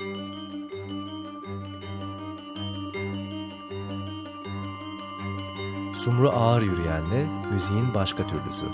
Sumru Ağır Yürüyen'le müziğin başka türlüsü.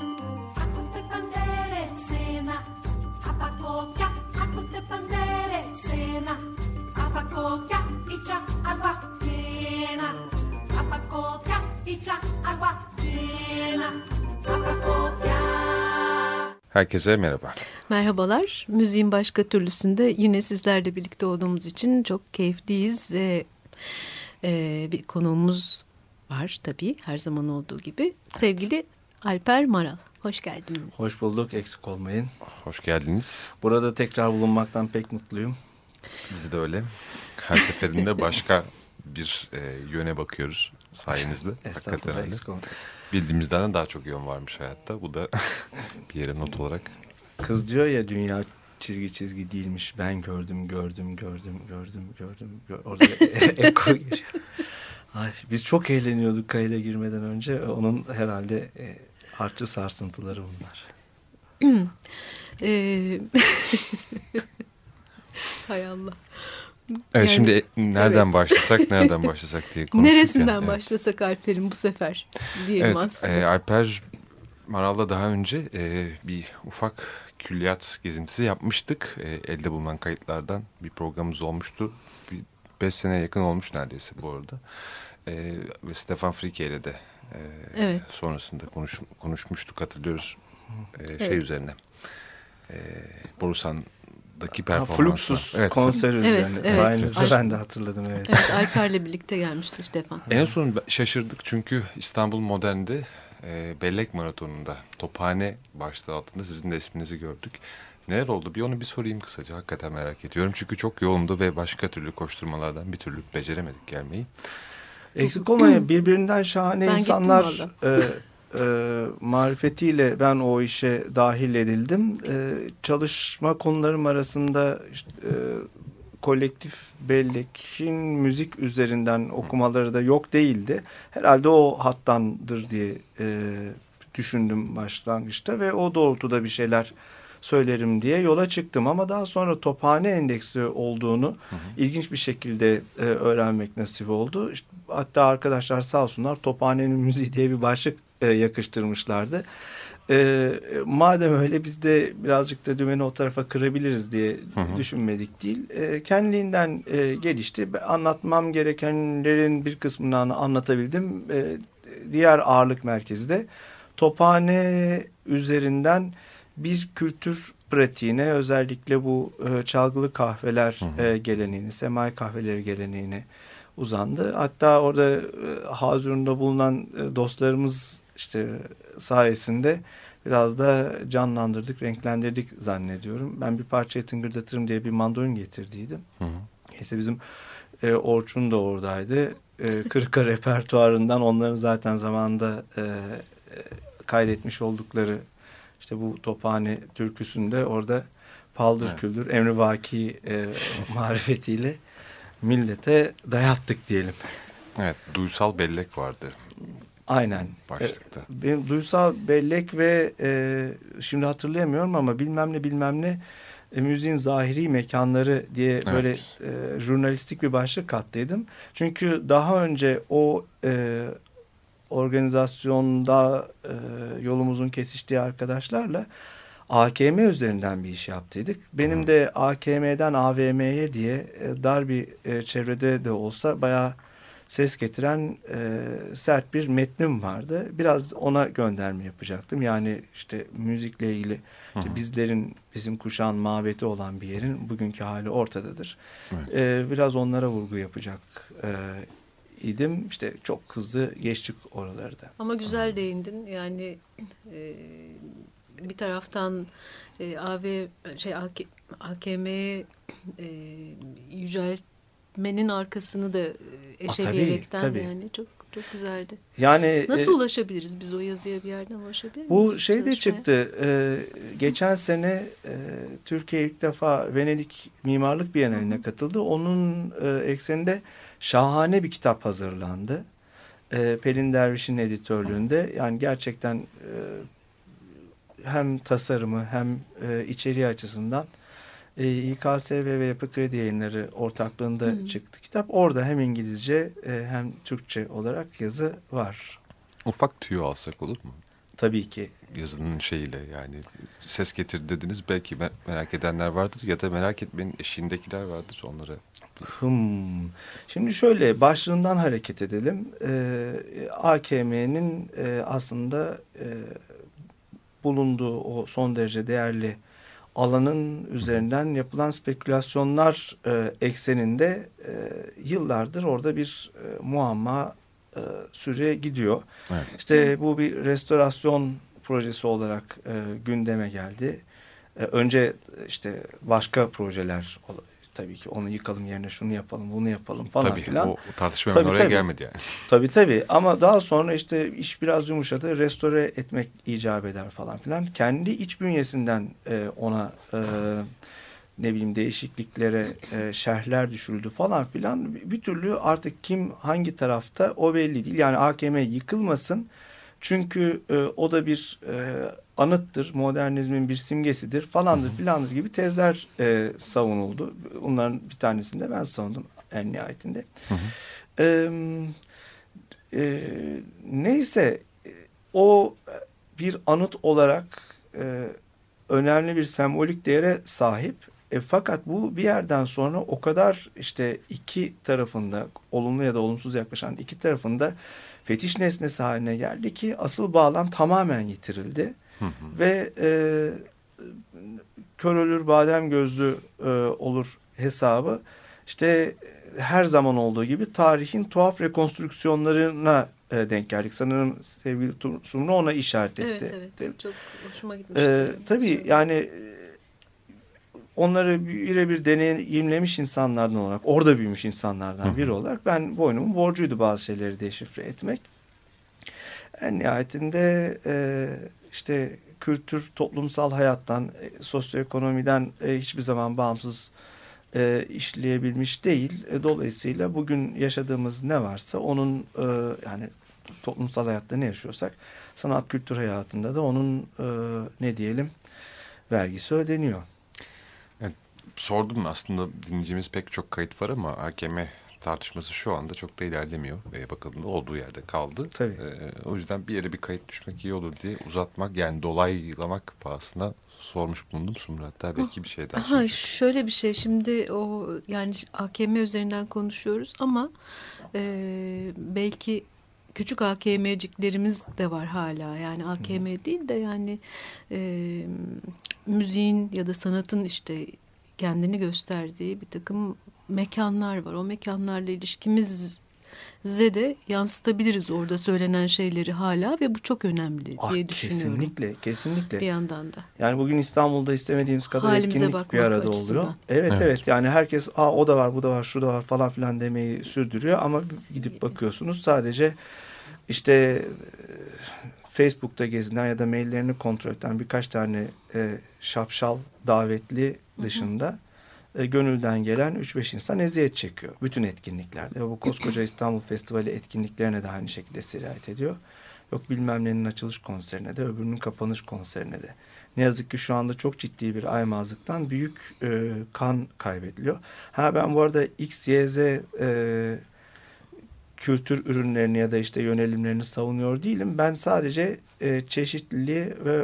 Herkese merhaba. Merhabalar. Müziğin başka türlüsünde yine sizlerle birlikte olduğumuz için çok keyifliyiz ve bir konuğumuz var tabii her zaman olduğu gibi. Sevgili Alper Maral. Hoş geldin. Hoş bulduk, eksik olmayın. Hoş geldiniz. Burada tekrar bulunmaktan pek mutluyum. Biz de öyle. Her seferinde başka bir yöne bakıyoruz sayenizde. Estağfurullah, eksik olmayın. Bildiğimizden de daha çok yön varmış hayatta. Bu da bir yere not olarak. Kız diyor ya, dünya çizgi değilmiş. Ben gördüm. Orada eko giriyor. Ay, biz çok eğleniyorduk kayda girmeden önce. Onun herhalde harçlı sarsıntıları bunlar. Hay Allah. Evet, yani, şimdi nereden başlasak diye konuştuk. Neresinden başlasak Alper'in bu sefer diyelim aslında. Evet, Alper Maral'la daha önce bir ufak külliyat gezintisi yapmıştık. Elde bulunan kayıtlardan bir programımız olmuştu. 5 seneye yakın olmuş neredeyse bu arada. Ve Stefan Fricke ile de evet. sonrasında konuşmuştuk, hatırlıyoruz. Evet. Üzerine. Borusan'daki performansı. Fluxus evet, konseri üzerine. Evet. Sayenizde ben de hatırladım. Evet. Evet, Alper'le birlikte gelmişti Stefan. En son şaşırdık çünkü İstanbul Modern'de Bellek Maratonu'nda Tophane başlığı altında sizin de isminizi gördük. Neler oldu? Onu bir sorayım kısaca. Hakikaten merak ediyorum. Çünkü çok yoğundu ve başka türlü koşturmalardan bir türlü beceremedik gelmeyi. Eksik olmayın, birbirinden şahane insanlar marifetiyle ben o işe dahil edildim. Çalışma konularım arasında kolektif bellekin müzik üzerinden okumaları da yok değildi. Herhalde o hattandır diye düşündüm başlangıçta ve o doğrultuda bir şeyler söylerim diye yola çıktım. Ama daha sonra Tophane endeksli olduğunu ilginç bir şekilde öğrenmek nasip oldu. Hatta arkadaşlar sağ olsunlar Tophane'nin müziği diye bir başlık yakıştırmışlardı. Madem öyle biz de birazcık da dümeni o tarafa kırabiliriz diye düşünmedik değil. Kendiliğinden gelişti. Anlatmam gerekenlerin bir kısmını anlatabildim. Diğer ağırlık merkezi de Tophane üzerinden bir kültür pratiğine, özellikle bu çalgılı kahveler geleneğini, semai kahveleri geleneğine uzandı. Hatta orada hazırında bulunan dostlarımız sayesinde biraz da canlandırdık, renklendirdik zannediyorum. Ben bir parçayı tıngırdatırım diye bir mandolin getirdiydim. Neyse bizim Orçun da oradaydı. Kırka repertuarından onların zaten zamanında kaydetmiş oldukları bu Tophane türküsünde orada paldır küldür emrivaki marifetiyle millete dayattık diyelim. Evet, duysal bellek vardı. Aynen. Başlıkta. Benim duysal bellek ve şimdi hatırlayamıyorum ama bilmem ne müziğin zahiri mekanları diye böyle jurnalistik bir başlık kattıydım. Çünkü daha önce o organizasyonda yolumuzun kesiştiği arkadaşlarla AKM üzerinden bir iş yaptıydık. Benim de AKM'den AVM'ye diye dar bir çevrede de olsa bayağı ses getiren sert bir metnim vardı. Biraz ona gönderme yapacaktım. Yani müzikle ilgili bizim kuşağın mabeti olan bir yerin bugünkü hali ortadadır. Evet. Biraz onlara vurgu yapacak idim. Çok hızlı geçtik oraları da. Ama güzel değindin. Yani bir taraftan AKM'ye yüceltmenin arkasını da eşeleyerekten tabii. Yani çok güzeldi. Yani nasıl ulaşabiliriz biz o yazıya, bir yerden ulaşabilir miyiz? Bu de çıktı. Geçen sene Türkiye ilk defa Venedik Mimarlık Bienali'ne katıldı. Onun ekseninde şahane bir kitap hazırlandı. Pelin Derviş'in editörlüğünde. Yani gerçekten hem tasarımı hem içeriği açısından İKSV ve Yapı Kredi Yayınları ortaklığında çıktı kitap. Orada hem İngilizce hem Türkçe olarak yazı var. Ufak tüyo alsak olur mu? Tabii ki. Yazının şeyiyle yani ses getir dediniz, belki merak edenler vardır ya da merak etmeyin eşiğindekiler vardır, onlara. Şimdi şöyle başlığından hareket edelim. AKM'nin aslında bulunduğu o son derece değerli alanın üzerinden yapılan spekülasyonlar ekseninde yıllardır orada bir muamma süre gidiyor. Evet. İşte bu bir restorasyon projesi olarak gündeme geldi. Önce işte başka projeler, tabii ki onu yıkalım yerine şunu yapalım, bunu yapalım falan tabii, filan. o tartışma hemen oraya gelmedi yani. Tabii ama daha sonra işte iş biraz yumuşadı, restore etmek icap eder falan filan. Kendi iç bünyesinden ona ne bileyim değişikliklere şerhler düşürüldü falan filan. Bir türlü artık kim hangi tarafta o belli değil. Yani AKM yıkılmasın çünkü o da bir anıttır, modernizmin bir simgesidir falandır filandır gibi tezler savunuldu. Bunların bir tanesini de ben savundum en nihayetinde. Neyse o bir anıt olarak önemli bir sembolik değere sahip. Fakat bu bir yerden sonra o kadar işte iki tarafında olumlu ya da olumsuz yaklaşan iki tarafında fetiş nesnesi haline geldi ki asıl bağlam tamamen yitirildi. Ve kör ölür badem gözlü olur hesabı işte her zaman olduğu gibi tarihin tuhaf rekonstrüksiyonlarına denk geldik. Sanırım sevgili Sumru ona işaret etti. Evet. Çok hoşuma gitmişti. Tabii yani onları birebir deneyimlemiş insanlardan olarak, orada büyümüş insanlardan biri olarak ben boynumun borcuydu bazı şeyleri deşifre etmek. En nihayetinde işte kültür toplumsal hayattan, sosyoekonomiden hiçbir zaman bağımsız işleyebilmiş değil. Dolayısıyla bugün yaşadığımız ne varsa onun yani toplumsal hayatta ne yaşıyorsak sanat kültür hayatında da onun ne diyelim vergisi ödeniyor. Yani, sordum aslında, dinleyeceğimiz pek çok kayıt var ama AKM tartışması şu anda çok da ilerlemiyor. Bakıldığında olduğu yerde kaldı. Tabii. O yüzden bir yere bir kayıt düşmek iyi olur diye uzatmak, yani dolaylamak pahasına sormuş bulundum. Sumru hatta belki bir şey daha söyleyecek. Şöyle bir şey, şimdi o yani AKM üzerinden konuşuyoruz ama belki küçük AKM'ciklerimiz de var hala. Yani AKM değil de yani müziğin ya da sanatın işte kendini gösterdiği bir takım mekanlar var. O mekanlarla ilişkimize de yansıtabiliriz orada söylenen şeyleri hala ve bu çok önemli diye düşünüyorum. Kesinlikle. Bir yandan da. Yani bugün İstanbul'da istemediğimiz kadar halimize etkinlik bir arada açısından oluyor. Evet. Yani herkes o da var, bu da var, şu da var falan filan demeyi sürdürüyor ama gidip bakıyorsunuz sadece işte Facebook'ta gezinen ya da maillerini kontrol eden birkaç tane şapşal davetli dışında gönülden gelen 3-5 insan eziyet çekiyor. Bütün etkinliklerde. Bu koskoca İstanbul Festivali etkinliklerine de aynı şekilde sirayet ediyor. Yok bilmem nenin açılış konserine de, öbürünün kapanış konserine de. Ne yazık ki şu anda çok ciddi bir aymazlıktan büyük kan kaybediliyor. Ben bu arada X, Y, Z kültür ürünlerini ya da işte yönelimlerini savunuyor değilim. Ben sadece çeşitliliği ve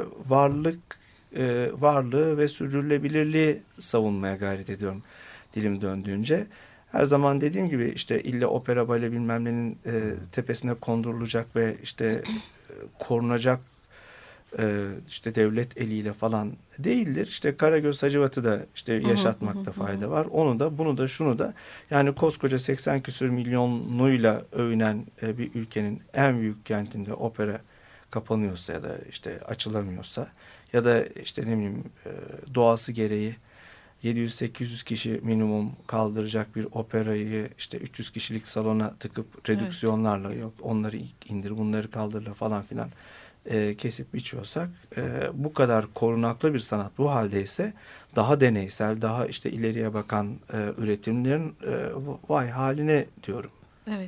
varlığı ve sürdürülebilirliği savunmaya gayret ediyorum dilim döndüğünce. Her zaman dediğim gibi işte illa opera, bale bilmem nenin tepesine kondurulacak ve işte korunacak işte devlet eliyle falan değildir. İşte Karagöz Hacivat'ı da işte yaşatmakta fayda var. Onu da, bunu da, şunu da. Yani koskoca 80 küsur milyonluyla övünen bir ülkenin en büyük kentinde opera kapanıyorsa ya da işte açılamıyorsa ya da işte ne bileyim doğası gereği 700-800 kişi minimum kaldıracak bir operayı işte 300 kişilik salona tıkıp redüksiyonlarla yok onları indir bunları kaldırla falan filan kesip biçiyorsak bu kadar korunaklı bir sanat bu haldeyse daha deneysel, daha işte ileriye bakan üretimlerin vay haline diyorum. Evet.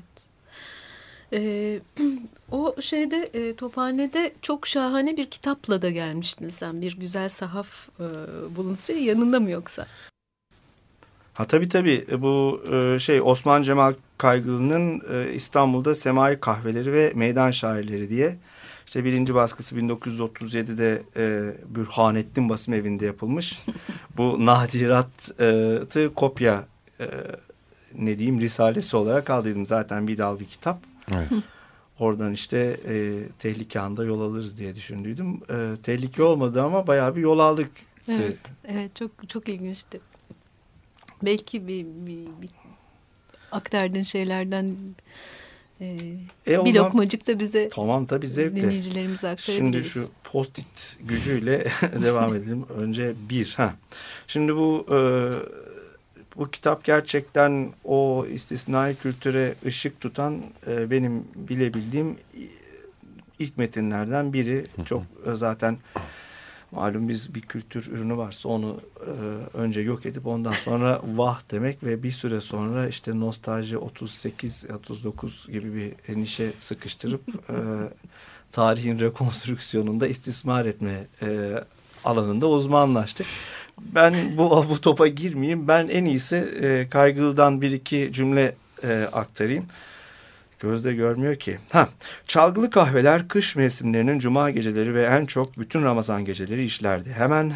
O şeyde Tophane'de çok şahane bir kitapla da gelmiştin sen. Bir güzel sahaf bulunsun yanında mı yoksa? Ha tabii bu Osman Cemal Kaygılı'nın İstanbul'da Semai Kahveleri ve Meydan Şairleri diye işte birinci baskısı 1937'de Bürhanettin Basım Evi'nde yapılmış. Bu nadiratı kopya risalesi olarak aldıydım. Zaten bir dal bir kitap. Evet. Oradan işte tehlike anda yol alırız diye düşündüydüm. Tehlike olmadı ama bayağı bir yol aldık. Evet çok ilginçti. Belki bir aktardığın şeylerden bir lokmacık da bize tamam tabii zevkle dinleyicilerimize aktarabiliriz. Şimdi şu post-it gücüyle devam edelim. Önce Şimdi bu kitap gerçekten o istisnai kültüre ışık tutan benim bilebildiğim ilk metinlerden biri. Çok zaten malum biz bir kültür ürünü varsa onu önce yok edip ondan sonra vah demek ve bir süre sonra işte nostalji 38-39 gibi bir nişe sıkıştırıp tarihin rekonstrüksiyonunda istismar etme alanında uzmanlaştık. Ben bu topa girmeyeyim. Ben en iyisi Kaygılı'dan bir iki cümle aktarayım. Gözde görmüyor ki. Çalgılı kahveler kış mevsimlerinin cuma geceleri ve en çok bütün Ramazan geceleri işlerdi. Hemen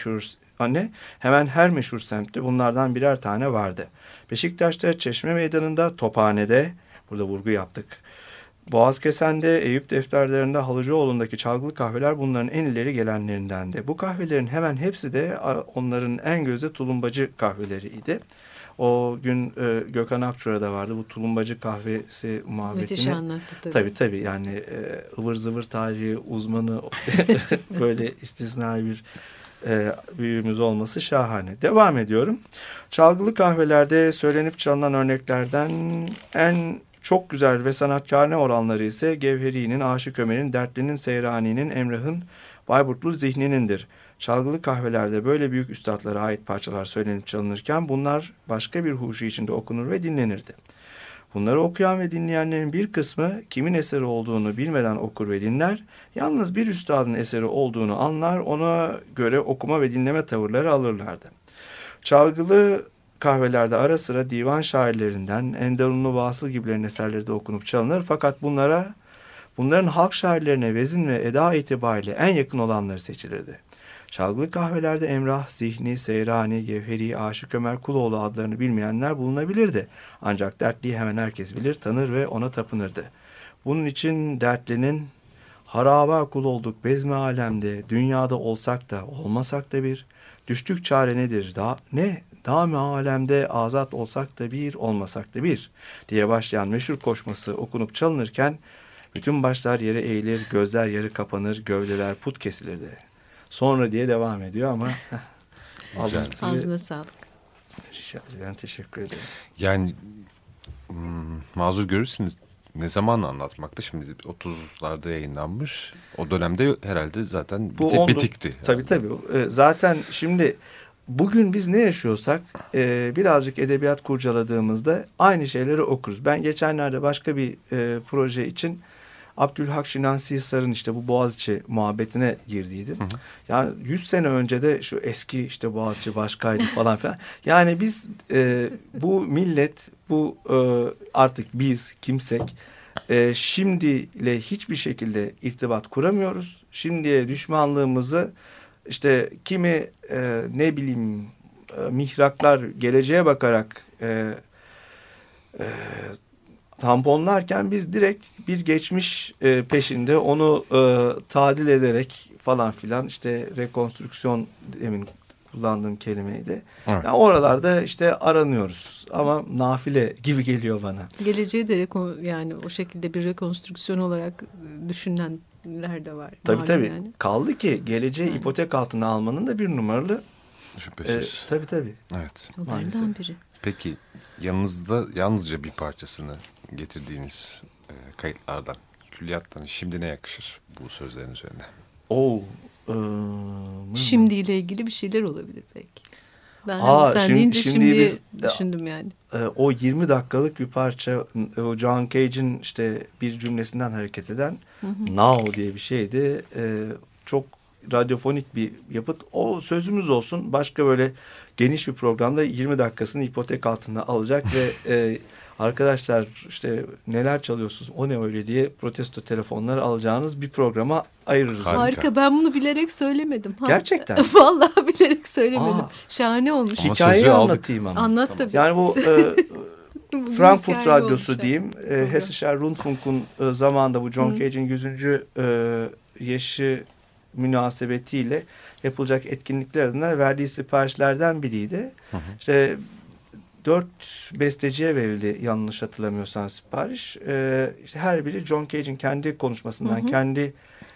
her meşhur semtte bunlardan birer tane vardı. Beşiktaş'ta Çeşme Meydanı'nda, Tophane'de, burada vurgu yaptık. Boğazkesen'de, Eyüp defterlerinde, Halıcıoğlu'ndaki çalgılı kahveler bunların en ileri gelenlerindendi. Bu kahvelerin hemen hepsi de onların en gözde tulumbacı kahveleriydi. O gün Gökhan Akçura'da vardı bu tulumbacı kahvesi muhabbetini. Müthiş anlattı tabii. Tabii yani ıvır zıvır tarihi uzmanı böyle istisnai bir büyüğümüz olması şahane. Devam ediyorum. Çalgılı kahvelerde söylenip çalınan örneklerden en çok güzel ve sanatkârne oranları ise Gevheri'nin, Aşık Ömer'in, Dertli'nin, Seyrani'nin, Emrah'ın, Bayburtlu Zihni'nindir. Çalgılı kahvelerde böyle büyük üstadlara ait parçalar söylenip çalınırken bunlar başka bir huşu içinde okunur ve dinlenirdi. Bunları okuyan ve dinleyenlerin bir kısmı kimin eseri olduğunu bilmeden okur ve dinler, yalnız bir üstadın eseri olduğunu anlar, ona göre okuma ve dinleme tavırları alırlardı. Çalgılı kahvelerde ara sıra divan şairlerinden Enderunlu Vasıl gibilerin eserleri de okunup çalınır fakat bunların halk şairlerine vezin ve eda itibariyle en yakın olanları seçilirdi. Çalgılı kahvelerde Emrah, Zihni, Seyrani, Gevheri, Aşık Ömer Kuloğlu adlarını bilmeyenler bulunabilirdi. Ancak Dertli'yi hemen herkes bilir, tanır ve ona tapınırdı. Bunun için Dertli'nin haraba kul olduk bezmi alemde, dünyada olsak da olmasak da bir, düştük çare nedir, dâm-ı alemde azat olsak da bir, olmasak da bir diye başlayan meşhur koşması okunup çalınırken bütün başlar yere eğilir, gözler yarı kapanır, gövdeler put kesilirdi. Sonra diye devam ediyor ama ağzına sağlık. Ben teşekkür ederim. Yani mazur görürsünüz ne zaman anlatmakta şimdi 30'larda yayınlanmış. O dönemde herhalde zaten bitikti. Tabii. Zaten şimdi bugün biz ne yaşıyorsak birazcık edebiyat kurcaladığımızda aynı şeyleri okuruz. Ben geçenlerde başka bir proje için Abdülhak Şinasi Hisar'ın işte bu Boğaziçi muhabbetine girdiydim. Yani 100 sene önce de şu eski işte Boğaziçi başkaydı falan filan. Yani biz bu millet artık biz kimsek şimdiyle hiçbir şekilde irtibat kuramıyoruz. Şimdiye düşmanlığımızı işte kimi mihraklar geleceğe bakarak tamponlarken biz direkt bir geçmiş peşinde onu tadil ederek falan filan işte rekonstrüksiyon demin kullandığım kelimeydi. Evet. Yani oralarda işte aranıyoruz ama nafile gibi geliyor bana. Geleceği de yani o şekilde bir rekonstrüksiyon olarak düşünenler de var. Tabii. Yani. Kaldı ki geleceği ipotek altına almanın da bir numaralı. Şüphesiz. Tabii. Evet. Onlardan biri. Peki yanınızda yalnızca bir parçasını getirdiğiniz kayıtlardan, külliyattan şimdi ne yakışır bu sözlerin üzerine? Şimdiyle ilgili bir şeyler olabilir belki. Ben sen deyince şimdi düşündüm yani. O 20 dakikalık bir parça, o John Cage'in işte bir cümlesinden hareket eden Now diye bir şeydi. Çok radyofonik bir yapıt. O sözümüz olsun. Başka böyle geniş bir programda 20 dakikasını ipotek altına alacak ve arkadaşlar işte neler çalıyorsunuz o ne öyle diye protesto telefonları alacağınız bir programa ayırırız. Harika. Ben bunu bilerek söylemedim. Gerçekten. Vallahi bilerek söylemedim. Aa. Şahane olmuş. Ama Hikayeyi sözü aldık. anlatayım ama. Anlat tabii. Yani bu Bugün Frankfurt hikaye Radyosu olmuş diyeyim. Hessischer Rundfunk'un zamanında bu John Cage'in 100. Yaşı münasebetiyle yapılacak etkinlikler adına verdiği siparişlerden biriydi. İşte 4 besteciye verildi yanlış hatırlamıyorsam sipariş. İşte her biri John Cage'in kendi konuşmasından, kendi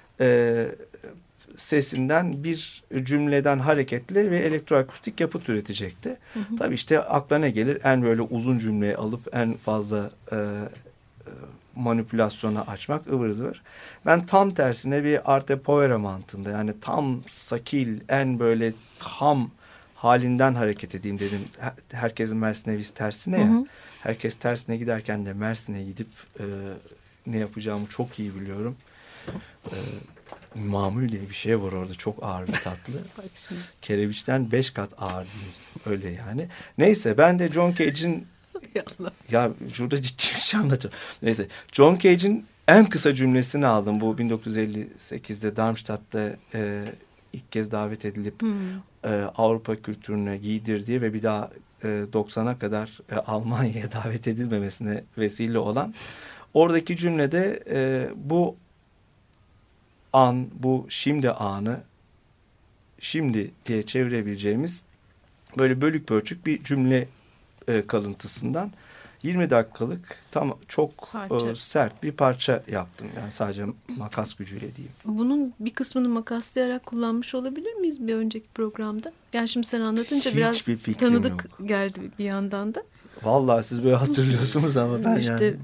sesinden bir cümleden hareketli ve elektroakustik yapıt üretecekti. Tabii işte akla ne gelir? En böyle uzun cümleyi alıp en fazla manipülasyona açmak ıvır zıvır. Ben tam tersine bir arte povera mantığında yani tam sakil en böyle ham halinden hareket edeyim dedim. Herkesin Mersin'e biz tersine ya. Herkes tersine giderken de Mersin'e gidip ne yapacağımı çok iyi biliyorum. Mamul diye bir şey var orada. Çok ağır bir tatlı. Kereviçten 5 kat ağır diyeyim. Öyle yani. Neyse ben de John Cage'in ya şurada ciddi bir şey anlatacağım. Neyse John Cage'in en kısa cümlesini aldım. Bu 1958'de Darmstadt'ta ilk kez davet edilip Avrupa kültürüne giydirdiği ve bir daha 90'a kadar Almanya'ya davet edilmemesine vesile olan oradaki cümlede bu an, bu şimdi anı şimdi diye çevirebileceğimiz böyle bölük pörçük bir cümle kalıntısından 20 dakikalık tam çok sert bir parça yaptım. Yani sadece makas gücüyle diyeyim. Bunun bir kısmını makaslayarak kullanmış olabilir miyiz bir önceki programda? Yani şimdi sen anlatınca biraz tanıdık geldi bir yandan da. Vallahi siz böyle hatırlıyorsunuz ama ben işte,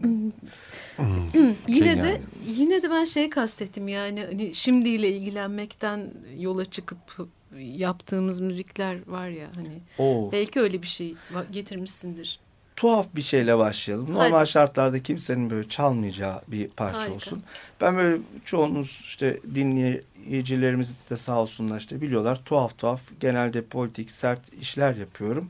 yani. Yine de ben şey kastettim yani hani şimdiyle ilgilenmekten yola çıkıp yaptığımız müzikler var ya hani belki öyle bir şey getirmişsindir. Tuhaf bir şeyle başlayalım. Normal şartlarda kimsenin böyle çalmayacağı bir parça olsun. Ben böyle çoğunuz işte dinleyicilerimiz de sağ olsunlar işte biliyorlar tuhaf genelde politik sert işler yapıyorum.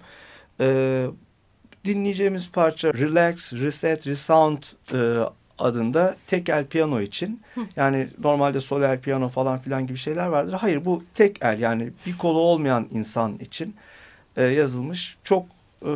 Dinleyeceğimiz parça Relax, Reset, Resound adında tek el piyano için. Yani normalde sol el piyano falan filan gibi şeyler vardır. Hayır bu tek el yani bir kolu olmayan insan için yazılmış. Çok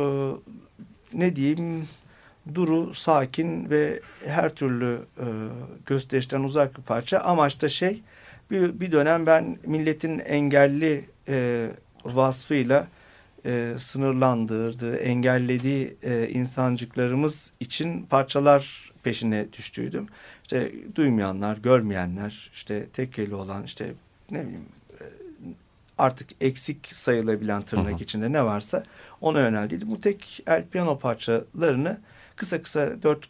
ne diyeyim duru, sakin ve her türlü gösterişten uzak bir parça. Amaç da bir dönem ben milletin engelli vasfıyla sınırlandırdığı, engellediği insancıklarımız için parçalar peşine düştüydüm. İşte duymayanlar, görmeyenler, işte tek eli olan, işte ne bileyim artık eksik sayılabilen tırnak içinde ne varsa ona yöneldiydim. Bu tek el piyano parçalarını kısa 4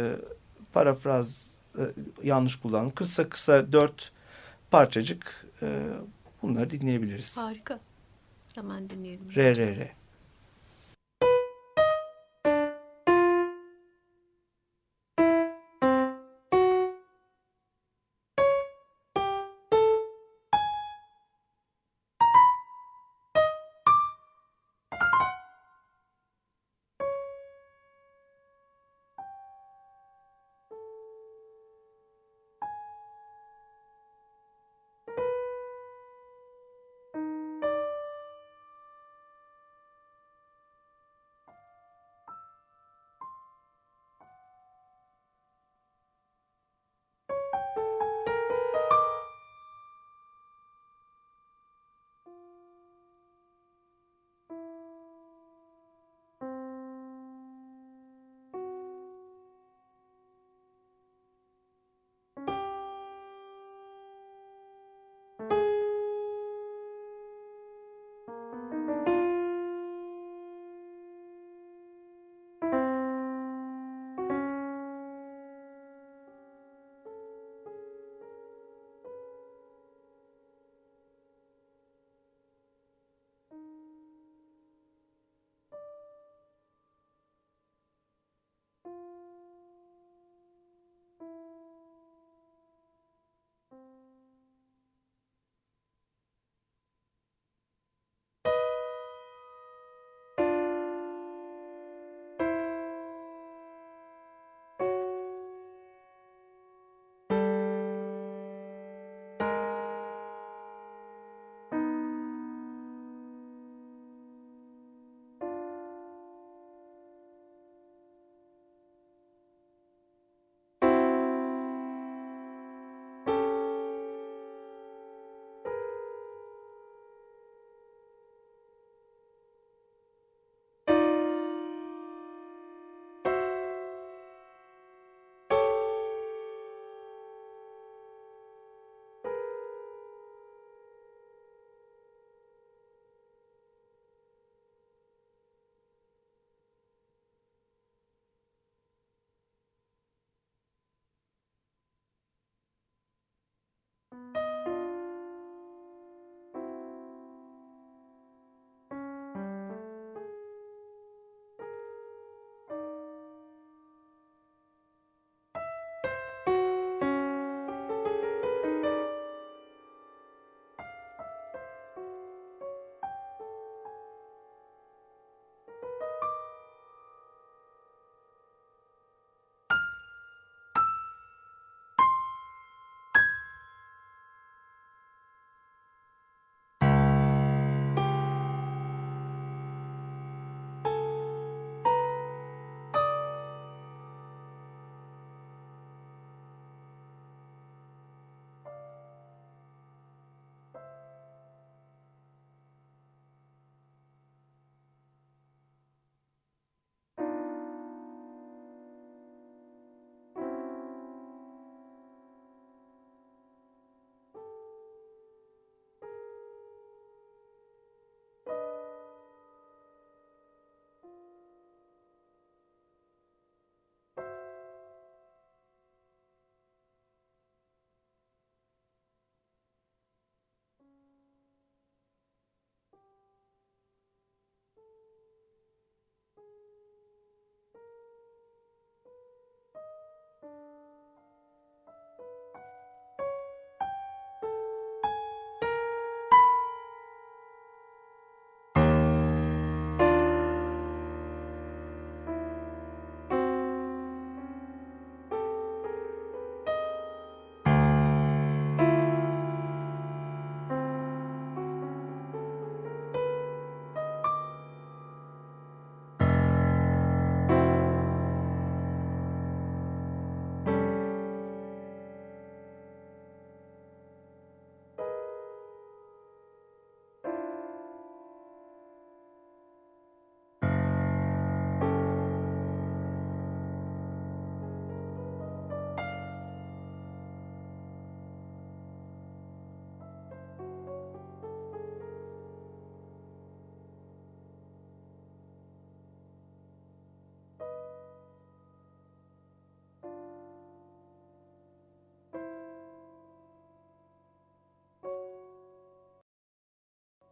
parafraz yanlış kullandım. Kısa 4 parçacık bunları dinleyebiliriz. Harika. Hemen dinleyelim. Re.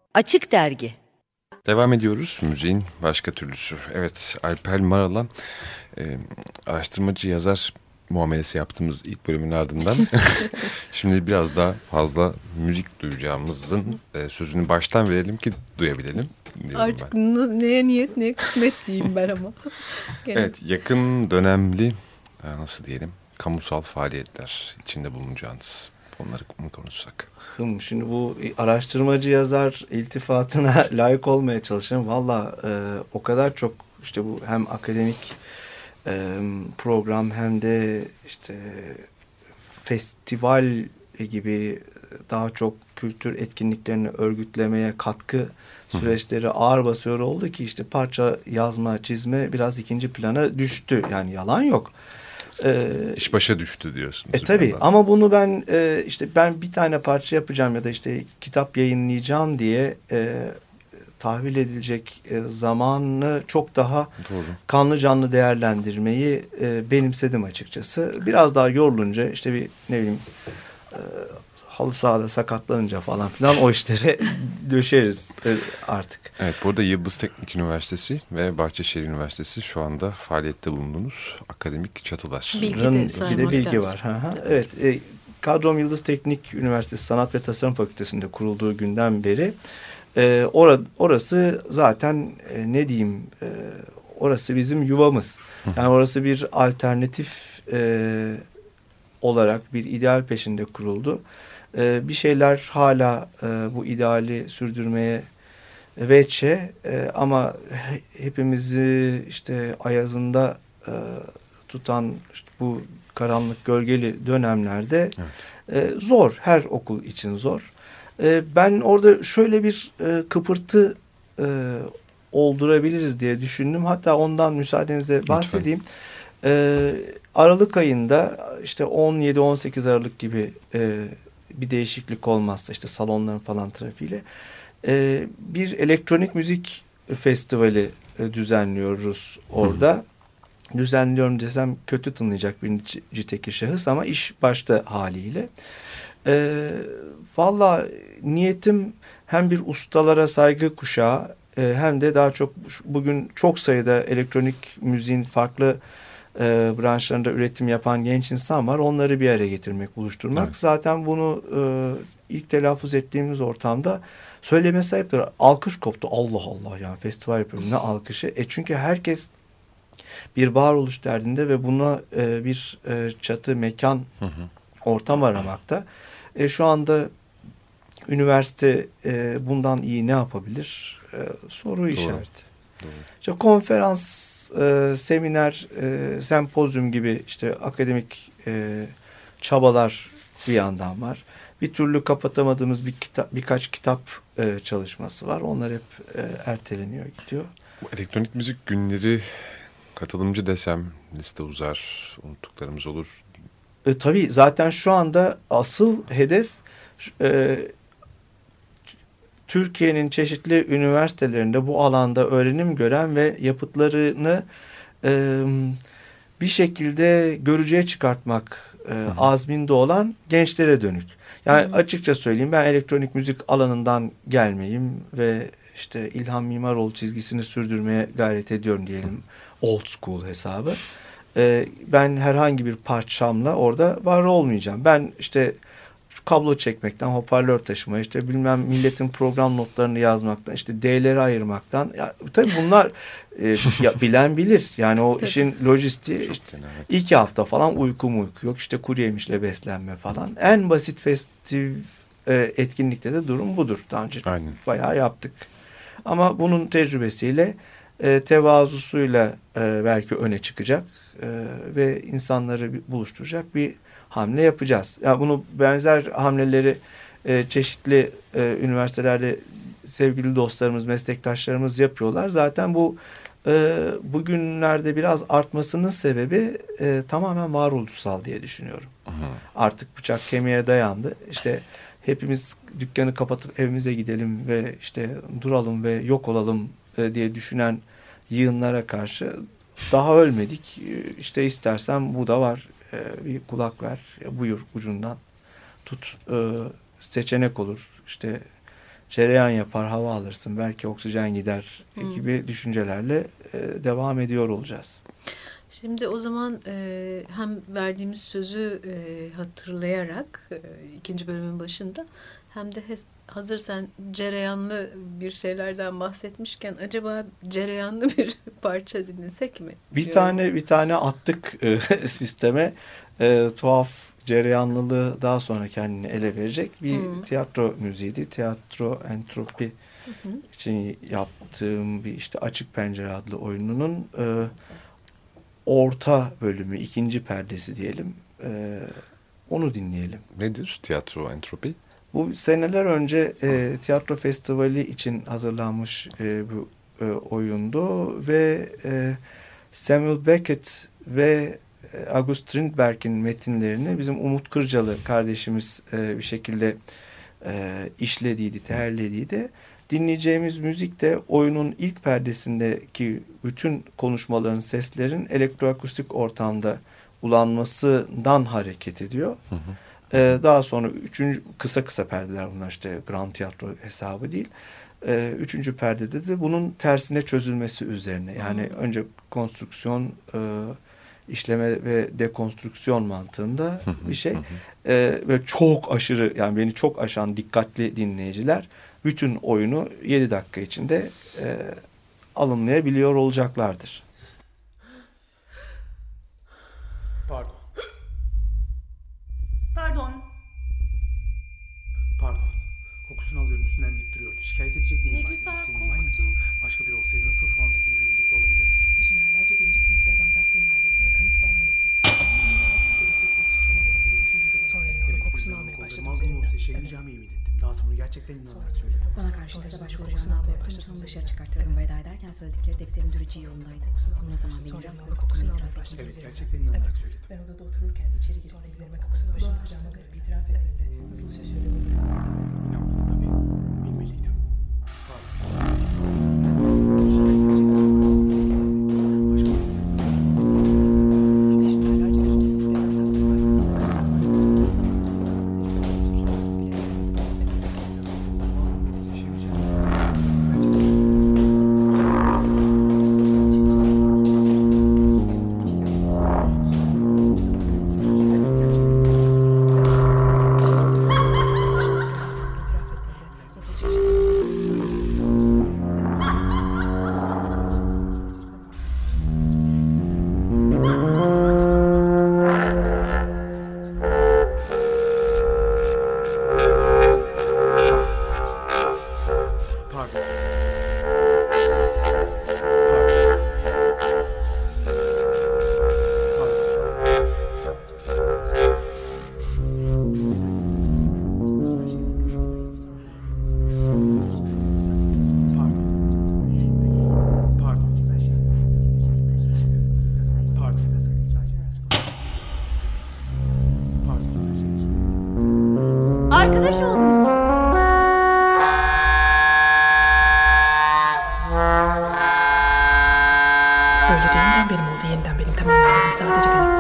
Açık Dergi. Devam ediyoruz. Müziğin başka türlüsü. Evet, Alper Maral'a araştırmacı yazar muamelesi yaptığımız ilk bölümün ardından şimdi biraz daha fazla müzik duyacağımızın sözünü baştan verelim ki duyabilelim. Artık neye niyet neye kısmet diyeyim ben ama. Evet, yakın dönemli nasıl diyelim kamusal faaliyetler içinde bulunacağınız onları mı konuşsak? Şimdi bu araştırmacı yazar iltifatına layık olmaya çalışıyorum. Valla o kadar çok işte bu hem akademik program hem de işte festival gibi daha çok kültür etkinliklerini örgütlemeye katkı süreçleri ağır basıyor oldu ki işte parça yazma, çizme biraz ikinci plana düştü. Yani yalan yok. İş başa düştü diyorsunuz. Tabii ama bunu ben işte ben bir tane parça yapacağım ya da işte kitap yayınlayacağım diye tahvil edilecek zamanı çok daha doğru, kanlı canlı değerlendirmeyi benimsedim açıkçası. Biraz daha yorulunca işte bir ne bileyim halı sahada sakatlanınca falan filan o işlere döşeriz artık. Evet, burada Yıldız Teknik Üniversitesi ve Bahçeşehir Üniversitesi şu anda faaliyette bulunduğunuz akademik çatılar. Bilgi bilgi var. Evet, kadrom Yıldız Teknik Üniversitesi Sanat ve Tasarım Fakültesi'nde kurulduğu günden beri orası zaten ne diyeyim orası bizim yuvamız. Yani orası bir alternatif olarak bir ideal peşinde kuruldu. Bir şeyler hala bu ideali sürdürmeye veçe ama hepimizi işte ayazında tutan işte bu karanlık gölgeli dönemlerde zor. Her okul için zor. Ben orada şöyle bir kıpırtı oldurabiliriz diye düşündüm. Hatta ondan müsaadenizle bahsedeyim. Aralık ayında işte 17-18 Aralık gibi bir değişiklik olmazsa işte salonların falan trafiğiyle bir elektronik müzik festivali düzenliyoruz orada. Düzenliyorum desem kötü tınlayacak birinci tekil şahıs ama iş başta haliyle. Valla niyetim hem bir ustalara saygı kuşağı hem de daha çok bugün çok sayıda elektronik müziğin farklı branşlarında üretim yapan genç insan var. Onları bir araya getirmek, buluşturmak. Evet. Zaten bunu ilk telaffuz ettiğimiz ortamda söylemesi ayıptır. Alkış koptu. Allah Allah yani festival yapıyorum. Ne alkışı? Çünkü herkes bir varoluş derdinde ve buna bir çatı, mekan, ortam aramakta. Şu anda üniversite bundan iyi ne yapabilir? Soru işareti. Doğru. İşte konferans, seminer, sempozyum gibi işte akademik çabalar bir yandan var. Bir türlü kapatamadığımız birkaç kitap çalışması var. Onlar hep erteleniyor, gidiyor. Bu elektronik müzik günleri katılımcı desem liste uzar, unuttuklarımız olur. Tabii zaten şu anda asıl hedef Türkiye'nin çeşitli üniversitelerinde bu alanda öğrenim gören ve yapıtlarını bir şekilde görücüye çıkartmak azminde olan gençlere dönük. Yani açıkça söyleyeyim ben elektronik müzik alanından gelmeyim ve işte İlhan Mimaroğlu çizgisini sürdürmeye gayret ediyorum diyelim. Old school hesabı. Ben herhangi bir parçamla orada var olmayacağım. Ben işte kablo çekmekten, hoparlör taşıma, işte bilmem milletin program notlarını yazmaktan, işte D'leri ayırmaktan. Ya, tabii bunlar bilen bilir. Yani o işin lojistiği işte 2 hafta falan uyku yok. İşte kuru yemişle beslenme falan. En basit festif etkinlikte de durum budur. Daha önce bayağı yaptık. Ama bunun tecrübesiyle tevazusuyla belki öne çıkacak ve insanları buluşturacak bir hamle yapacağız. Yani bunu benzer hamleleri çeşitli üniversitelerde sevgili dostlarımız, meslektaşlarımız yapıyorlar. Zaten bu bugünlerde biraz artmasının sebebi tamamen varoluşsal diye düşünüyorum. Artık bıçak kemiğe dayandı. İşte hepimiz dükkanı kapatıp evimize gidelim ve işte duralım ve yok olalım diye düşünen yığınlara karşı daha ölmedik. İşte istersen bu da var. Bir kulak ver, buyur ucundan tut, seçenek olur. İşte cereyan yapar, hava alırsın, belki oksijen gider gibi düşüncelerle devam ediyor olacağız. Şimdi o zaman hem verdiğimiz sözü hatırlayarak ikinci bölümün başında hem de hazır sen cereyanlı bir şeylerden bahsetmişken acaba cereyanlı bir parça dinlesek mi? Bir tane attık sisteme. Tuhaf cereyanlılığı daha sonra kendini ele verecek bir tiyatro müziğiydi. Tiyatro Entropi için yaptığım bir işte Açık Pencere adlı oyununun orta bölümü, ikinci perdesi diyelim. Onu dinleyelim. Nedir tiyatro entropi? Bu seneler önce tiyatro festivali için hazırlanmış bu oyundu ve Samuel Beckett ve August Strindberg'in metinlerini bizim Umut Kırcalı kardeşimiz bir şekilde işlediydi, terlediydi. Dinleyeceğimiz müzik de oyunun ilk perdesindeki bütün konuşmaların, seslerin elektroakustik ortamda ulanmasından hareket ediyor. Hı hı. Daha sonra üçüncü kısa perdeler bunlar, işte Grand Tiyatro hesabı değil. Üçüncü perdede de bunun tersine çözülmesi üzerine. Yani önce konstrüksiyon, işleme ve dekonstrüksiyon mantığında bir şey. Ve çok aşırı, yani beni çok aşan dikkatli dinleyiciler bütün oyunu 7 dakika içinde alımlayabiliyor olacaklardır. Pardon. Kokusunu alıyorum, üstünden deyip duruyordu. Şikayet edecek neyim var? Ne güzel Senin var mı? koktu. Başka biri olsaydı nasıl şu andaki gibi birlikte olabilirdik? Peşin aylarca birinci sınıf bir adam taktığın halde ortada kanıt falan yok. Sonra yolda kokusunu almaya başladım. Mazlum olsa işe geleceğime yemin ettim. Daha sonra gerçekten inanarak söyledim. Bana karşı da başvuracağını korktuğum için onu dışarı çıkarttırdım. Veda ederken söyledikleri defterin dürücü yolundaydı. Bunu o zaman beni biraz korkuttuğunu itiraf ettim. Evet, gerçekten inanarak söyledim. Ben odada otururken içeri girip dizlerime kapatıp başımı kucağıma koyup itiraf ettiğinde nasıl şaşırdığımı ben sistem. İnanmadı tabii. Bilmeliydim. Arkadaş oldunuz. Böylece yeniden benim oldu, yeniden benim, tamamen benim, sadece benim.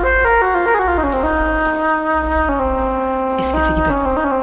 Eskisi gibi.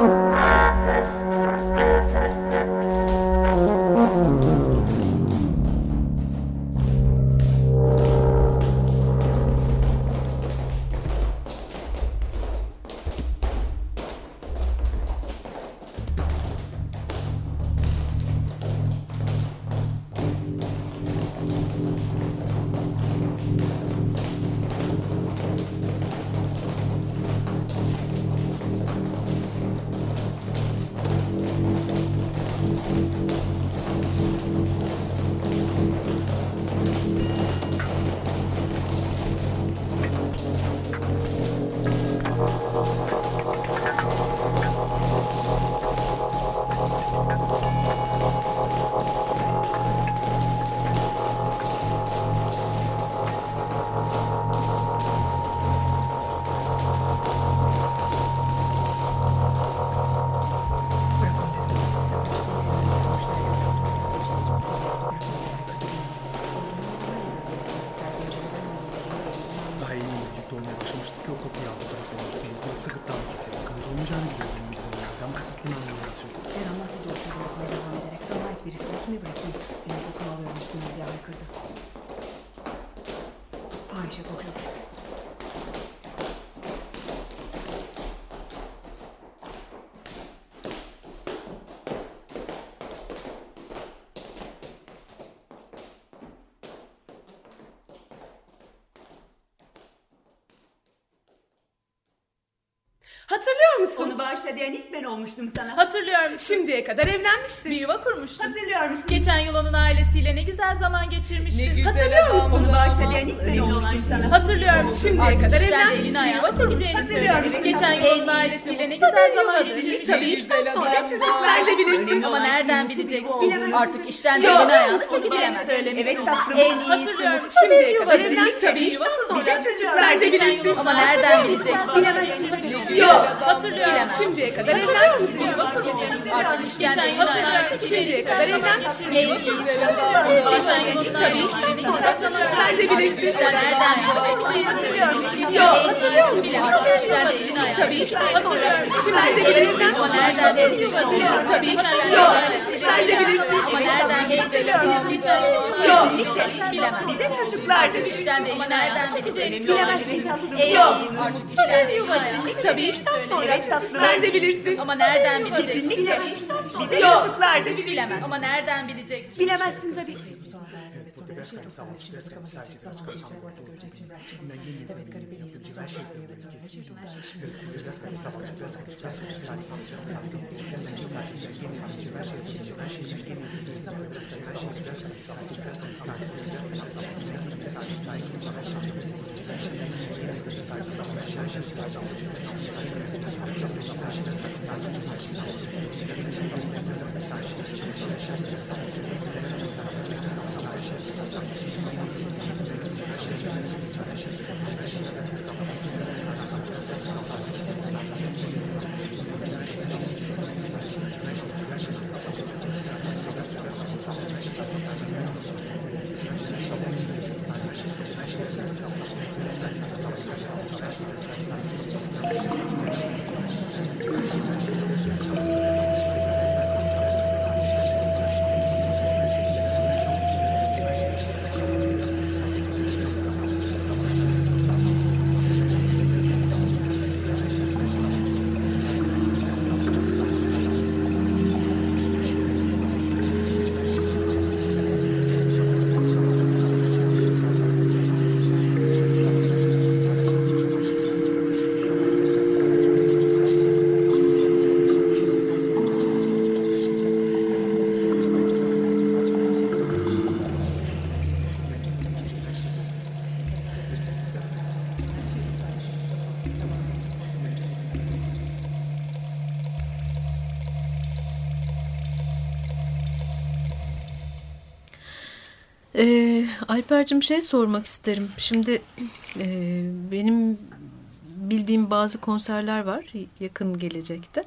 Daha yeni birlikte olmaya başlamıştık ki o kokuyu aldı bırakmamız gerekiyor. Yoksa gırtlağımı keserim. Kanıt olmayacağını biliyordum. Bu yüzden nereden bahsettiğini anlamadan söyledim. Her an bahsediyorsun. yapmaya devam ederek sana ait birisini kimi bırakayım? Senin kokunu alıyorum üstünden diye haykırdı. Fahişe kokuyordu. Hatırlıyor musun? Onu bağışlayan ilk ben olmuştum sana. Hatırlıyor musun? Şimdiye kadar evlenmiştin. Bir yuva kurmuştun. Hatırlıyor musun? Geçen yıl onun ailesiyle ne güzel zaman geçirmiştin. Ne güzel Hatırlıyor adam. musun? Onu bağışlayan ilk ben olmuştum sana. Hatırlıyor musun? Şimdiye Artık kadar işten evlenmiştin. elini Bir yuva çekeceğini Hatırlıyor musun? söylemiş. Geçen yıl onun ailesiyle ne güzel zaman geçirmiştin. Tabii işten sonra. Sen de bilirsin ama nereden bileceksin? Artık işten de Yok. elini ayağını çekeceğini söylemiştin. Evet tatlım. En iyisi. Hatırlıyorum. Şimdiye kadar evlenmiştin. Tabii işten sonra. Sen de bilirsin ama nereden bileceksin? Bilemezsin tabii. Yok. Hatırlıyorum. Şimdiye kadar evlenmişsin. Artık işten de hatırlıyorum. Şimdiye kadar evlenmişsin. En iyisi. Geçen yıl onun ailesiyle ne güzel zaman sen de bilirsin ama nereden bileceksin? Yok. Hatırlıyor musun? İşten de elini ayağını tabii işte hatırlıyorum. Şimdi de bilirsin ama nereden bileceksin? Tabii işte yok. Sen de bilirsin ama nereden bileceksin? Yok. Bilemem. Bir de çocuklardı. İşten de ama nereden bileceksin? Bilemezsin tatlım. Yok. Artık işten de elini ayağını Tabii işten sonra. Evet tatlım. sen de bilirsin ama nereden bileceksin? Kesinlikle. Bir de Yok. çocuklardı. Bilemem ama nereden bileceksin? Bilemezsin tabii. Evet garip en iyisi bu sonra. Evet sonra. Çok daha iyi şimdi. Alper'cim şey sormak isterim. Şimdi benim bildiğim bazı konserler var yakın gelecekte.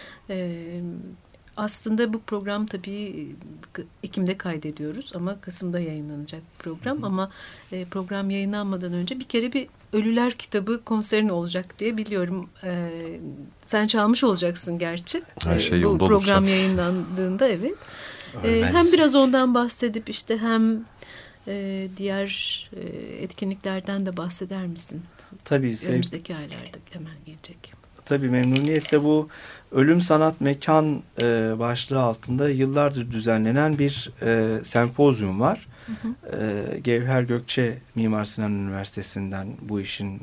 Aslında bu program tabii Ekim'de kaydediyoruz ama Kasım'da yayınlanacak program. Ama program yayınlanmadan önce bir kere bir Ölüler Kitabı konserin olacak diye biliyorum. Sen çalmış olacaksın gerçi. Her şey bu yolunda program olursa. yayınlandığında evet. Hem biraz ondan bahsedip işte hem diğer etkinliklerden de bahseder misin? Tabii. Önümüzdeki aylarda hemen gelecek. Tabii memnuniyetle. Bu Ölüm Sanat Mekan başlığı altında yıllardır düzenlenen bir sempozyum var. Hı hı. Gevher Gökçe Mimar Sinan Üniversitesi'nden bu işin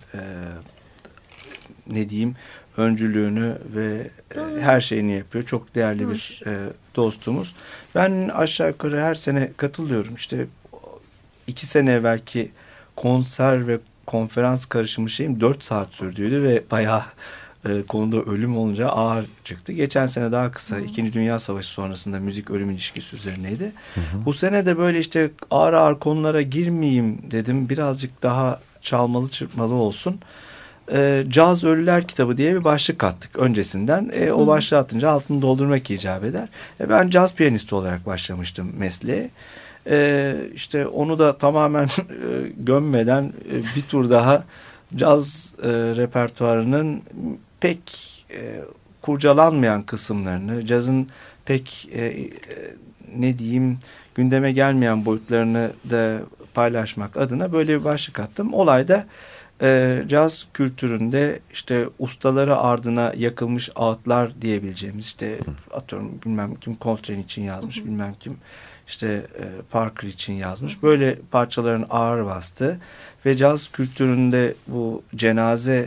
öncülüğünü ve her şeyini yapıyor. Çok değerli bir dostumuz. Ben aşağı yukarı her sene katılıyorum. İşte 2 sene evvelki konser ve konferans karışımı 4 saat sürdüydü ve bayağı konuda ölüm olunca ağır çıktı. Geçen sene daha kısa, 2. Dünya Savaşı sonrasında müzik ölüm ilişkisi üzerineydi. Bu sene de böyle işte ağır ağır konulara girmeyeyim dedim. Birazcık daha çalmalı çırpmalı olsun. Caz Ölüler Kitabı diye bir başlık attık öncesinden. O başlığı atınca altını doldurmak icap eder. Ben caz piyanisti olarak başlamıştım mesleğe. İşte onu da tamamen gömmeden bir tur daha caz repertuarının pek kurcalanmayan kısımlarını, cazın pek ne diyeyim gündeme gelmeyen boyutlarını da paylaşmak adına böyle bir başlık attım. Olayda caz kültüründe işte ustaları ardına yakılmış ağıtlar diyebileceğimiz işte atıyorum bilmem kim Coltrane için yazmış, bilmem kim işte Parker için yazmış. Böyle parçaların ağır bastığı ve caz kültüründe bu cenaze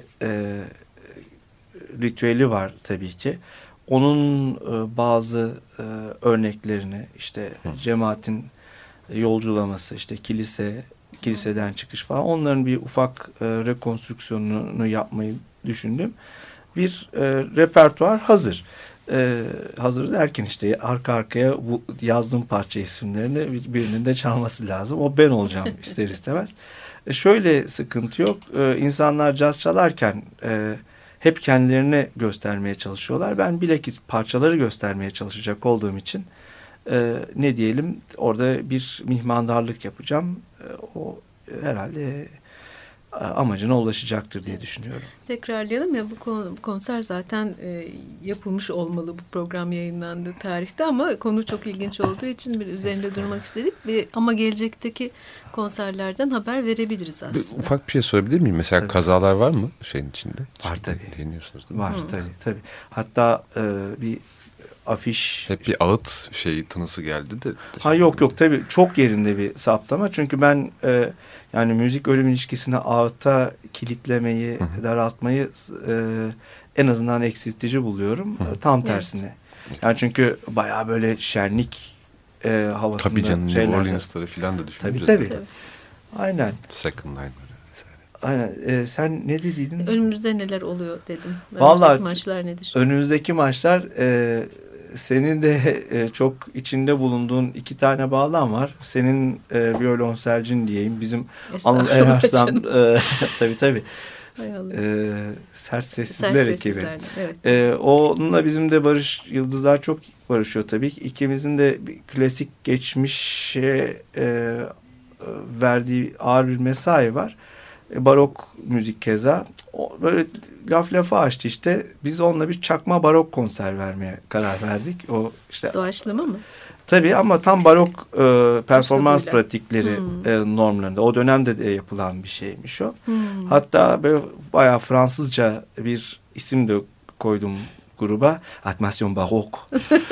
ritüeli var tabii ki. Onun bazı örneklerini işte cemaatin yolculaması, işte kiliseden çıkış falan, onların bir ufak rekonstrüksiyonunu yapmayı düşündüm. Bir repertuar hazır. Hazır derken işte arka arkaya bu yazdığım parça isimlerini birinin de çalması lazım. O ben olacağım ister istemez. Şöyle sıkıntı yok. İnsanlar caz çalarken hep kendilerini göstermeye çalışıyorlar. Ben bilakis parçaları göstermeye çalışacak olduğum için ne diyelim orada bir mihmandarlık yapacağım. O herhalde amacına ulaşacaktır diye düşünüyorum. Tekrarlayalım ya, bu konser zaten yapılmış olmalı, bu program yayınlandığı tarihte, ama konu çok ilginç olduğu için bir üzerinde durmak istedik. Ama gelecekteki konserlerden haber verebiliriz aslında. Ufak bir şey sorabilir miyim? Mesela tabii. Kazalar var mı şeyin içinde? Var tabii. Deniyorsunuz değil mi? Var tabii. Hatta bir afiş... Hep bir ağıt tınısı geldi de. Ha yok tabii, çok yerinde bir saptama. Çünkü ben yani müzik ölüm ilişkisini ağıta kilitlemeyi, daraltmayı en azından eksiltici buluyorum. Tam tersine. Yani çünkü bayağı böyle şenlik havasında. Tabii canım, New Orleans'ları falan da düşününce. Tabii. Aynen. Second Line. Aynen. Sen ne dediydin? Önümüzde neler oluyor dedim. Vallahi maçlar nedir? Önümüzdeki maçlar senin de çok içinde bulunduğun 2 tane bağlam var. Senin violonselcin diyeyim. Bizim Anıl Erharslan tabii. Sert Sessizler ekibi. Evet. Onunla bizim de Barış Yıldızlar çok barışıyor tabii ki. İkimizin de bir klasik geçmişe verdiği ağır bir mesai var. Barok müzik keza. Böyle laf lafa açtı işte. Biz onunla bir çakma barok konser vermeye karar verdik. O işte doğaçlama mı? Tabii ama tam barok performans pratikleri normlarında. O dönemde de yapılan bir şeymiş o. Hatta böyle bayağı Fransızca bir isim de koydum gruba. Atmasyon Barok.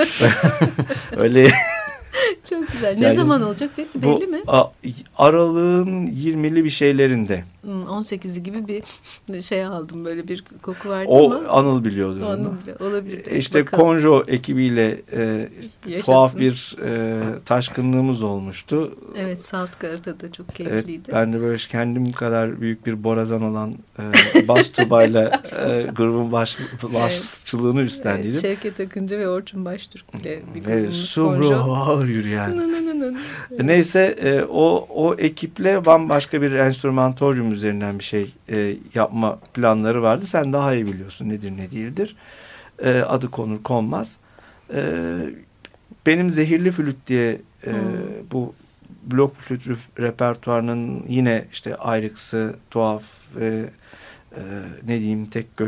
Öyle. Çok güzel. Ne zaman olacak peki, belli mi? Aralığın 20'li bir şeylerinde. 18'i gibi bir şey aldım, böyle bir koku vardı o ama. Anıl biliyordur onu. Anıl biliyor. Olabilir. İşte bakalım. Konjo ekibiyle tuhaf bir taşkınlığımız olmuştu. Evet, Saltgarata'da çok keyifliydi. Evet, ben de böyle kendim kadar büyük bir borazan olan bas tubayla grubun başçılığını üstlendiydim. Evet, Şevket Akıncı ve Orçun Baştürk ile bir ve Subru ağır yürüyen. Neyse o ekiple bambaşka bir enstrümantorium üzerinden bir şey yapma planları vardı. Sen daha iyi biliyorsun nedir ne değildir. Adı konur konmaz. Benim Zehirli Flüt diye bu blok flüt repertuarının yine işte ayrıksı, tuhaf ve ne diyeyim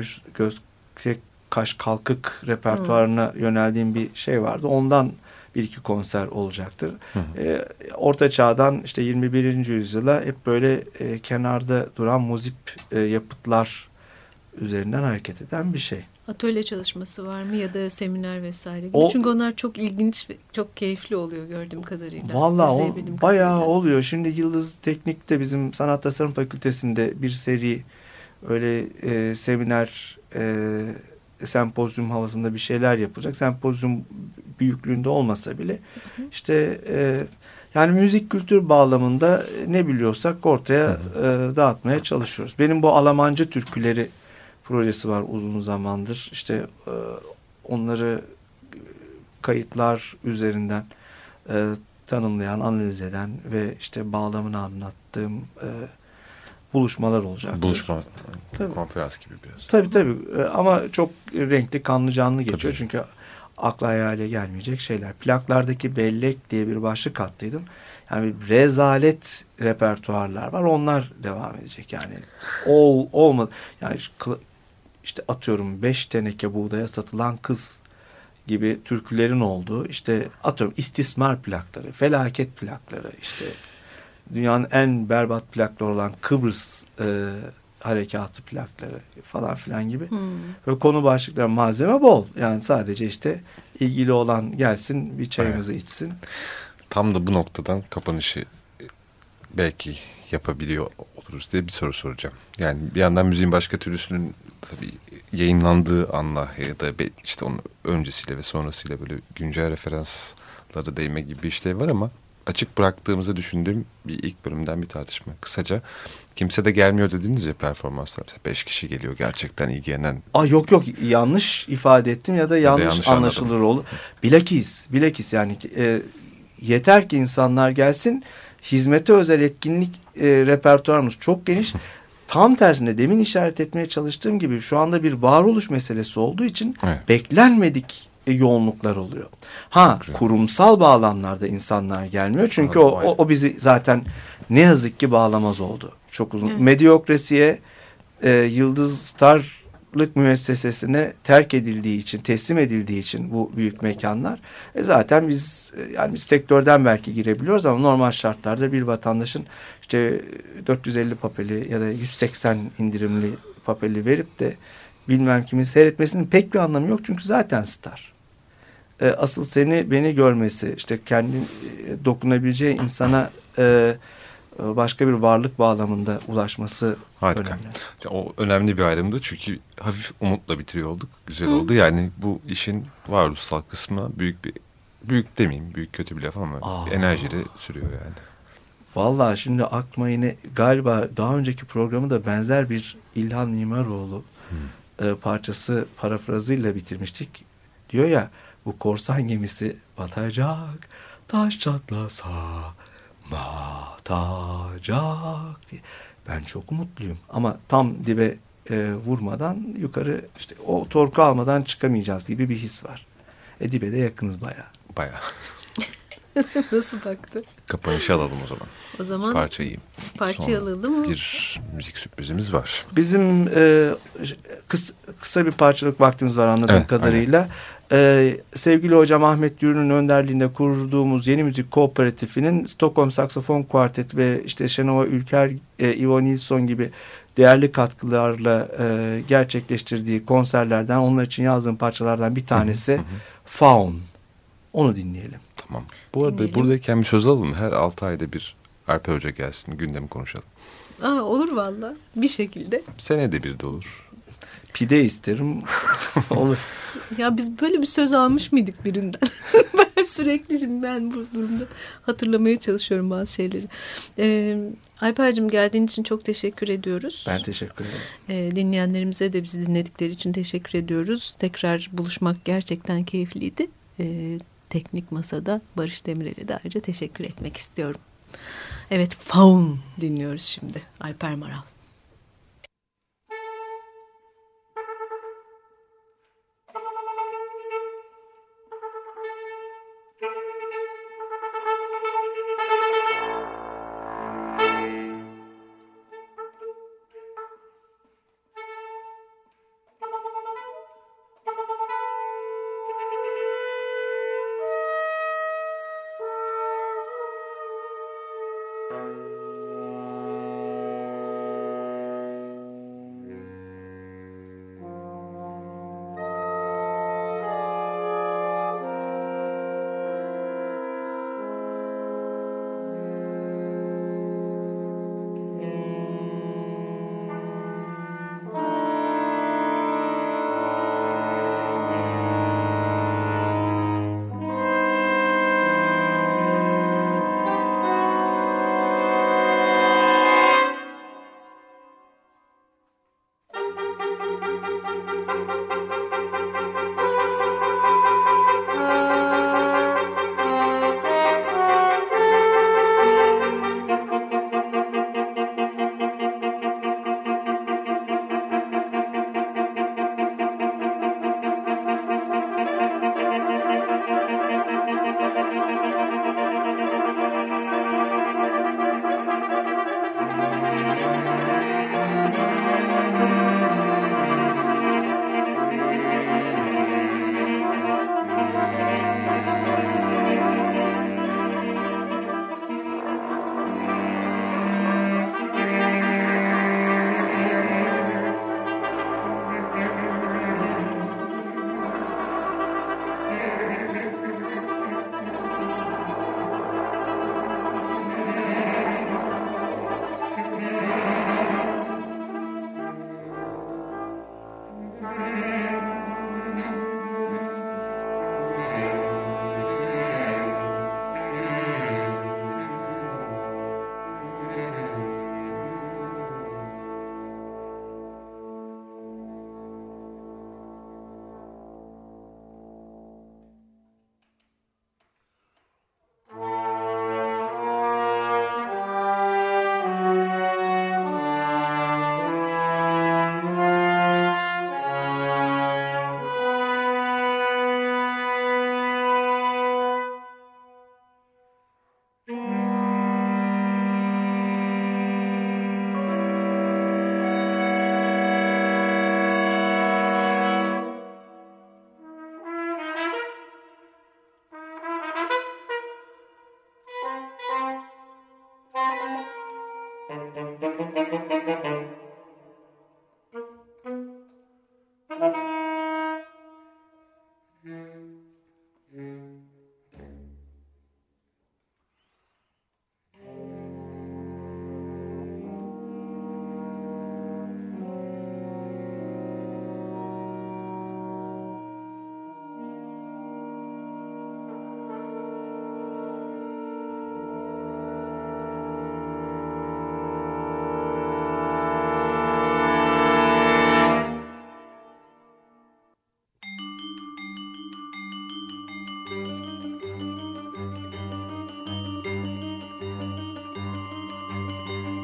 tek kaş kalkık repertuarına yöneldiğim bir şey vardı. Ondan 1-2 konser olacaktır. Orta Çağ'dan işte 21. yüzyıla hep böyle kenarda duran muzip yapıtlar üzerinden hareket eden bir şey. Atölye çalışması var mı ya da seminer vesaire gibi? Çünkü onlar çok ilginç ve çok keyifli oluyor gördüğüm kadarıyla. Vallahi bayağı oluyor. Şimdi Yıldız Teknik'te bizim Sanat Tasarım Fakültesi'nde bir seri öyle seminer sempozyum havasında bir şeyler yapılacak. Sempozyum büyüklüğünde olmasa bile işte yani müzik kültür bağlamında ne biliyorsak ortaya dağıtmaya çalışıyoruz. Benim bu Almancı türküleri projesi var uzun zamandır. İşte onları kayıtlar üzerinden tanımlayan, analiz eden ve işte bağlamını anlattığım buluşmalar olacak. Buluşma, konferans gibi biraz. Tabii ama çok renkli, kanlı, canlı geçiyor. Çünkü akla hayale gelmeyecek şeyler. Plaklardaki bellek diye bir başlık attıydım. Yani rezalet repertuarlar var. Onlar devam edecek. Yani olmadı. Yani işte atıyorum 5 teneke buğdaya satılan kız gibi türkülerin olduğu, işte atıyorum istismar plakları, felaket plakları, işte dünyanın en berbat plakları olan Kıbrıs harekatı plakları falan filan gibi. Böyle konu başlıkları, malzeme bol. Yani sadece işte ilgili olan gelsin, bir çayımızı içsin. Tam da bu noktadan kapanışı belki yapabiliyor oluruz diye bir soru soracağım. Yani bir yandan müziğin başka türlüsünün tabii yayınlandığı anla ya da işte onun öncesiyle ve sonrasıyla böyle güncel referanslara değme gibi bir işlev var ama açık bıraktığımızı düşündüğüm bir ilk bölümden bir tartışma. Kısaca kimse de gelmiyor dediniz ya performanslar. 5 kişi geliyor gerçekten ilgilenen. Yok yanlış ifade ettim ya da yanlış anlaşılır olur. Bilakis yani yeter ki insanlar gelsin. Hizmete özel etkinlik repertuarımız çok geniş. Tam tersine demin işaret etmeye çalıştığım gibi şu anda bir varoluş meselesi olduğu için beklenmedik yoğunluklar oluyor. Kurumsal bağlamlarda insanlar gelmiyor. Çünkü o bizi zaten ne yazık ki bağlamaz oldu. Çok uzun. Evet. Medyokrasiye, Yıldız Starlık müessesesine terk edildiği için, teslim edildiği için bu büyük mekanlar. Zaten biz sektörden belki girebiliyoruz ama normal şartlarda bir vatandaşın işte 450 papeli ya da 180 indirimli papeli verip de bilmem kimi seyretmesinin pek bir anlamı yok. Çünkü zaten star. Asıl beni görmesi, işte kendi dokunabileceği insana başka bir varlık bağlamında ulaşması önemli. O önemli bir ayrımdı çünkü hafif umutla bitiriyor olduk. Güzel oldu. Yani bu işin varoluşsal kısmı büyük demeyeyim, büyük kötü bir laf ama enerjiyle sürüyor yani. Vallahi şimdi aklıma yine galiba daha önceki programı da benzer bir İlhan Mimaroğlu parçası parafrazıyla bitirmiştik. Diyor ya, bu korsan gemisi batacak, taş çatlasa batacak diye. Ben çok umutluyum ama tam dibe vurmadan yukarı işte o torku almadan çıkamayacağız gibi bir his var. Dibe de yakınız bayağı. Nasıl baktı? Kapanışı alalım o zaman. O zaman parçayı alalım mı? Bir müzik sürprizimiz var. Bizim kısa bir parçalık vaktimiz var anladığım kadarıyla. Sevgili hocam Ahmet Yürün'ün önderliğinde kurduğumuz Yeni Müzik Kooperatifinin Stockholm Saksofon Kuartet ve işte Şenova Ülker, Ivo Nilsson gibi değerli katkılarla gerçekleştirdiği konserlerden, onlar için yazdığım parçalardan bir tanesi Faun. Onu dinleyelim. Tamam. Bu arada buradayken bir söz alalım. Her 6 ayda bir Alper Hoca gelsin, gündemi konuşalım. Olur valla. Bir şekilde. Senede bir de olur. Pide isterim. Olur. Ya biz böyle bir söz almış mıydık birinden? Ben sürekli şimdi bu durumda hatırlamaya çalışıyorum bazı şeyleri. Alper'cim geldiğin için çok teşekkür ediyoruz. Ben teşekkür ederim. Dinleyenlerimize de bizi dinledikleri için teşekkür ediyoruz. Tekrar buluşmak gerçekten keyifliydi. Teknik Masa'da Barış Demirel'e de ayrıca teşekkür etmek istiyorum. Evet, Faun dinliyoruz şimdi. Alper Maral.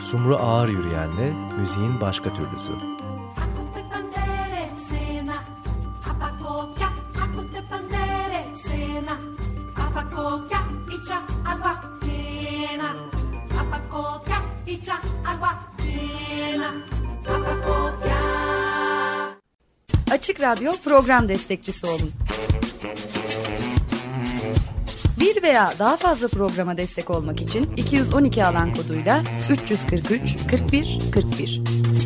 Sumru Ağır Yürüyen'le müziğin başka türlüsü. Açık Radyo program destekçisi olun. Bir veya daha fazla programa destek olmak için 212 alan koduyla 343 41 41.